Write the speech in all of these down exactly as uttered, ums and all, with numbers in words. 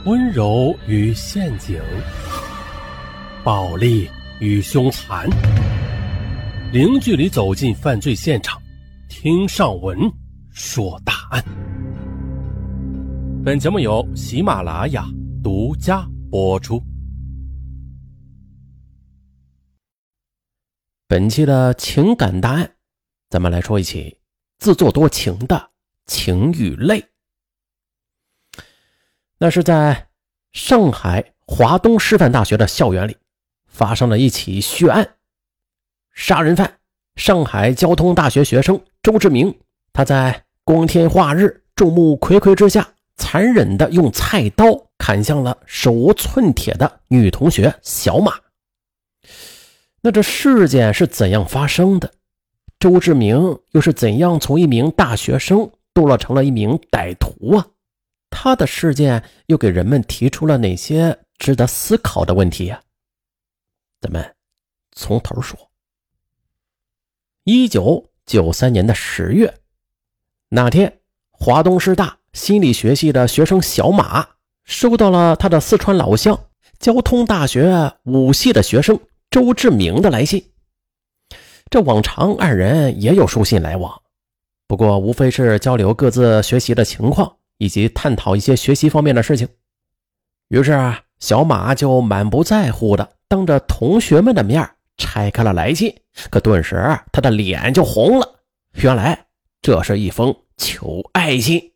温柔与陷阱，暴力与凶残，零距离走进犯罪现场，听上文说大案。本节目由喜马拉雅独家播出。本期的情感大案，咱们来说一起自作多情的情与泪。那是在上海华东师范大学的校园里发生了一起血案。杀人犯上海交通大学学生周志明，他在光天化日众目睽睽之下，残忍地用菜刀砍向了手无寸铁的女同学小马。那这事件是怎样发生的？周志明又是怎样从一名大学生堕落成了一名歹徒啊？他的事件又给人们提出了哪些值得思考的问题呀？咱们从头说。一九九三年的十月，那天华东师大心理学系的学生小马收到了他的四川老乡交通大学五系的学生周志明的来信。这往常二人也有书信来往，不过无非是交流各自学习的情况，以及探讨一些学习方面的事情。于是啊，小马就满不在乎的当着同学们的面拆开了来信，可顿时他的脸就红了。原来这是一封求爱信。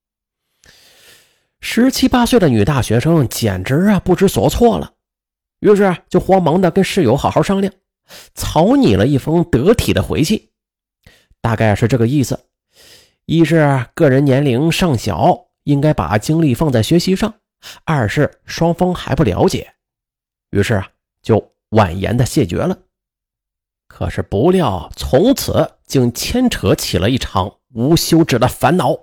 十七八岁的女大学生简直啊不知所措了，于是就慌忙的跟室友好好商量，草拟了一封得体的回信。大概是这个意思：一是个人年龄尚小，应该把精力放在学习上；二是双方还不了解，于是啊就婉言的谢绝了。可是不料从此竟牵扯起了一场无休止的烦恼。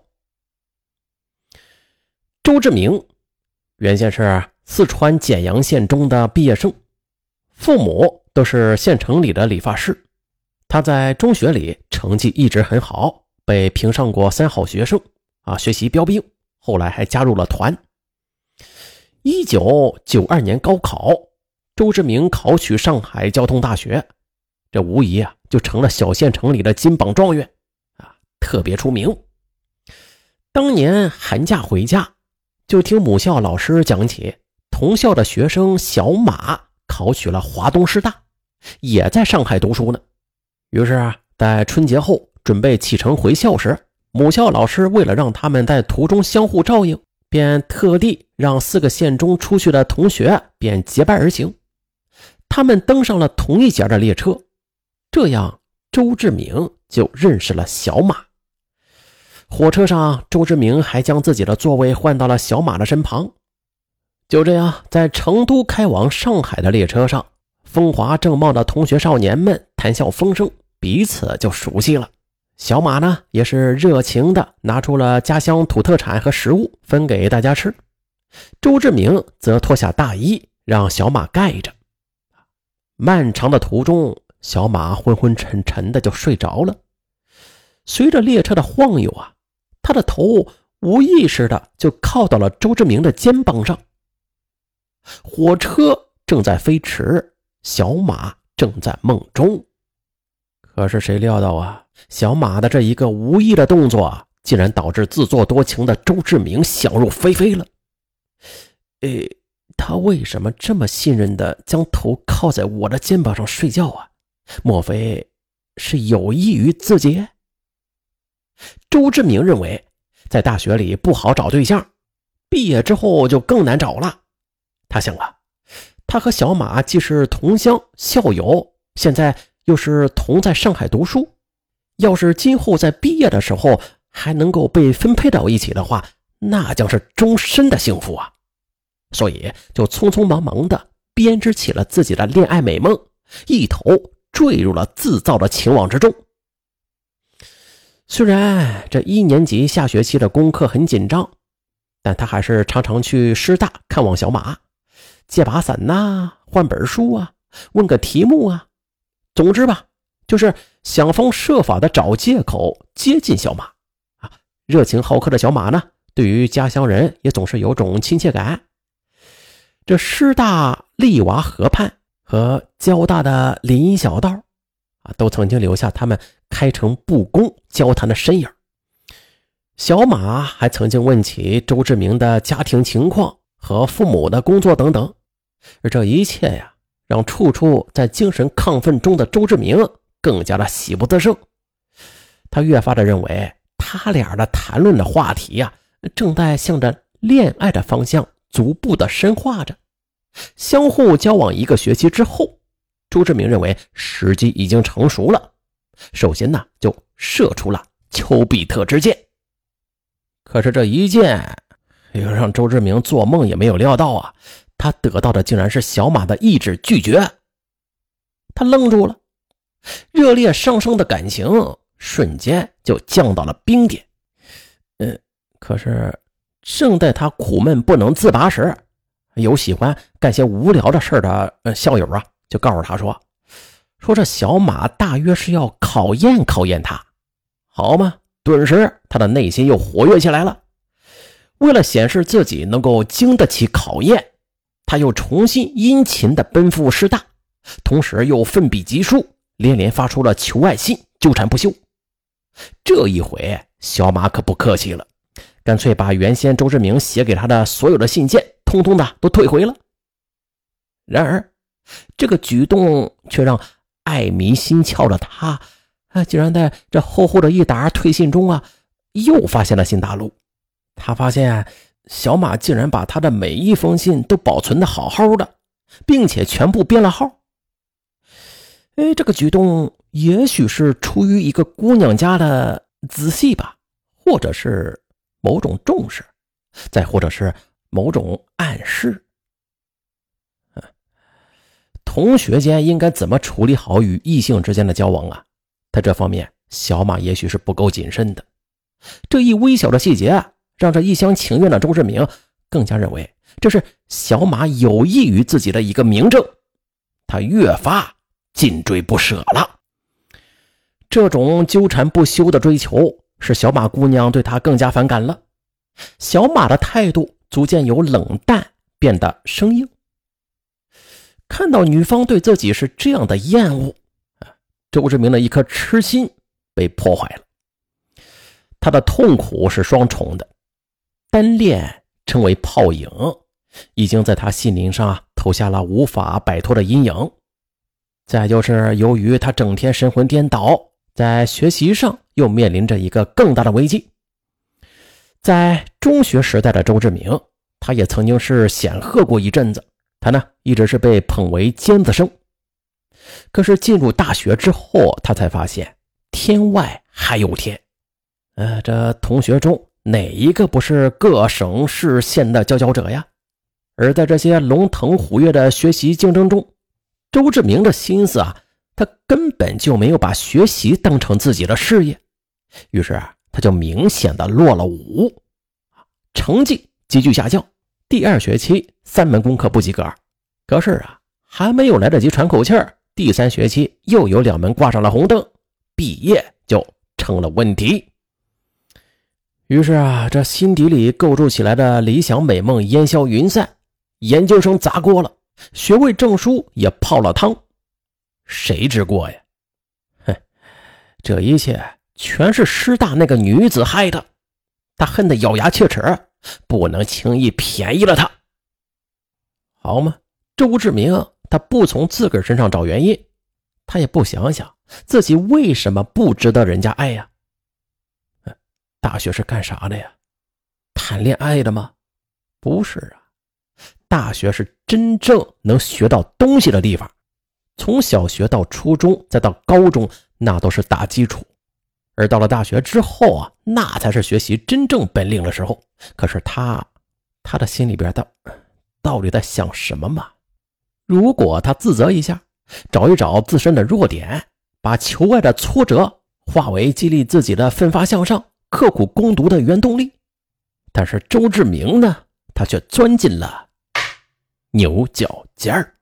周志明原先是四川简阳县中的毕业生，父母都是县城里的理发师。他在中学里成绩一直很好，被评上过三好学生啊，学习标兵，后来还加入了团。一九九二年高考，周志明考取上海交通大学，这无疑啊就成了小县城里的金榜状元啊，特别出名。当年寒假回家，就听母校老师讲起同校的学生小马考取了华东师大，也在上海读书呢。于是啊，在春节后准备启程回校时，母校老师为了让他们在途中相互照应，便特地让四个县中出去的同学便结伴而行。他们登上了同一节的列车，这样周志明就认识了小马。火车上，周志明还将自己的座位换到了小马的身旁。就这样，在成都开往上海的列车上，风华正茂的同学少年们谈笑风生，彼此就熟悉了。小马呢，也是热情的拿出了家乡土特产和食物分给大家吃。周志明则脱下大衣让小马盖着。漫长的途中，小马昏昏沉沉的就睡着了。随着列车的晃悠啊，他的头无意识的就靠到了周志明的肩膀上。火车正在飞驰，小马正在梦中。可是谁料到啊，小马的这一个无意的动作啊，竟然导致自作多情的周志明想入非非了。诶，他为什么这么信任的将头靠在我的肩膀上睡觉啊？莫非是有意于自己？周志明认为，在大学里不好找对象，毕业之后就更难找了。他想啊，他和小马既是同乡校友，现在又是同在上海读书，要是今后在毕业的时候还能够被分配到一起的话，那将是终身的幸福啊。所以就匆匆忙忙的编织起了自己的恋爱美梦，一头坠入了自造的情网之中。虽然这一年级下学期的功课很紧张，但他还是常常去师大看望小马，借把伞呐、换本书啊，问个题目啊，总之吧，就是想方设法的找借口接近小马啊。热情好客的小马呢，对于家乡人也总是有种亲切感这师大丽娃河畔和交大的林荫小道啊，都曾经留下他们开诚布公交谈的身影。小马还曾经问起周志明的家庭情况和父母的工作等等，而这一切呀，让处处在精神亢奋中的周志明更加的喜不自胜。他越发的认为他俩的谈论的话题呀，正在向着恋爱的方向逐步的深化着。相互交往一个学期之后，周志明认为时机已经成熟了，首先呢就射出了丘比特之箭。可是这一箭又让周志明做梦也没有料到啊，他得到的竟然是小马的一纸拒绝。他愣住了，热烈上升的感情瞬间就降到了冰点。呃，可是正在他苦闷不能自拔时，有喜欢干些无聊的事的、呃、校友啊，就告诉他说，说这小马大约是要考验考验他，好吗？顿时他的内心又活跃起来了。为了显示自己能够经得起考验，他又重新殷勤地奔赴师大，同时又奋笔疾书，连连发出了求爱信，纠缠不休。这一回小马可不客气了，干脆把原先周志明写给他的所有的信件通通的都退回了。然而这个举动却让爱迷心窍的他啊，竟然在这厚厚的一沓退信中啊，又发现了新大陆。他发现小马竟然把他的每一封信都保存的好好的，并且全部编了号。哎，这个举动也许是出于一个姑娘家的仔细吧，或者是某种重视，再或者是某种暗示。同学间应该怎么处理好与异性之间的交往啊？他这方面小马也许是不够谨慎的。这一微小的细节啊，让这一厢情愿的周志明更加认为这是小马有益于自己的一个明证，他越发紧追不舍了。这种纠缠不休的追求使小马姑娘对他更加反感了，小马的态度逐渐由冷淡变得生硬。看到女方对自己是这样的厌恶，周志明的一颗痴心被破坏了。他的痛苦是双重的，单恋成为泡影，已经在他心灵上投下了无法摆脱的阴影。再就是由于他整天神魂颠倒，在学习上又面临着一个更大的危机。在中学时代的周志明，他也曾经是显赫过一阵子，他呢一直是被捧为尖子生。可是进入大学之后，他才发现天外还有天。呃，这同学中哪一个不是各省市县的佼佼者呀？而在这些龙腾虎跃的学习竞争中，周志明的心思啊，他根本就没有把学习当成自己的事业，于是啊，他就明显的落了伍，成绩急剧下降。第二学期三门功课不及格，可是啊，还没有来得及喘口气儿，第三学期又有两门挂上了红灯，毕业就成了问题。于是啊，这心底里构筑起来的理想美梦烟消云散，研究生砸锅了，学位证书也泡了汤。谁之过呀？哼，这一切全是师大那个女子害的，他恨得咬牙切齿，不能轻易便宜了他。好吗？周志明他不从自个儿身上找原因，他也不想想自己为什么不值得人家爱呀？大学是干啥的呀？谈恋爱的吗？不是啊，大学是真正能学到东西的地方。从小学到初中再到高中，那都是打基础，而到了大学之后啊，那才是学习真正本领的时候。可是他他的心里边到到底在想什么嘛？如果他自责一下，找一找自身的弱点，把求爱的挫折化为激励自己的奋发向上、刻苦攻读的原动力，但是周志明呢，他却钻进了牛角尖儿。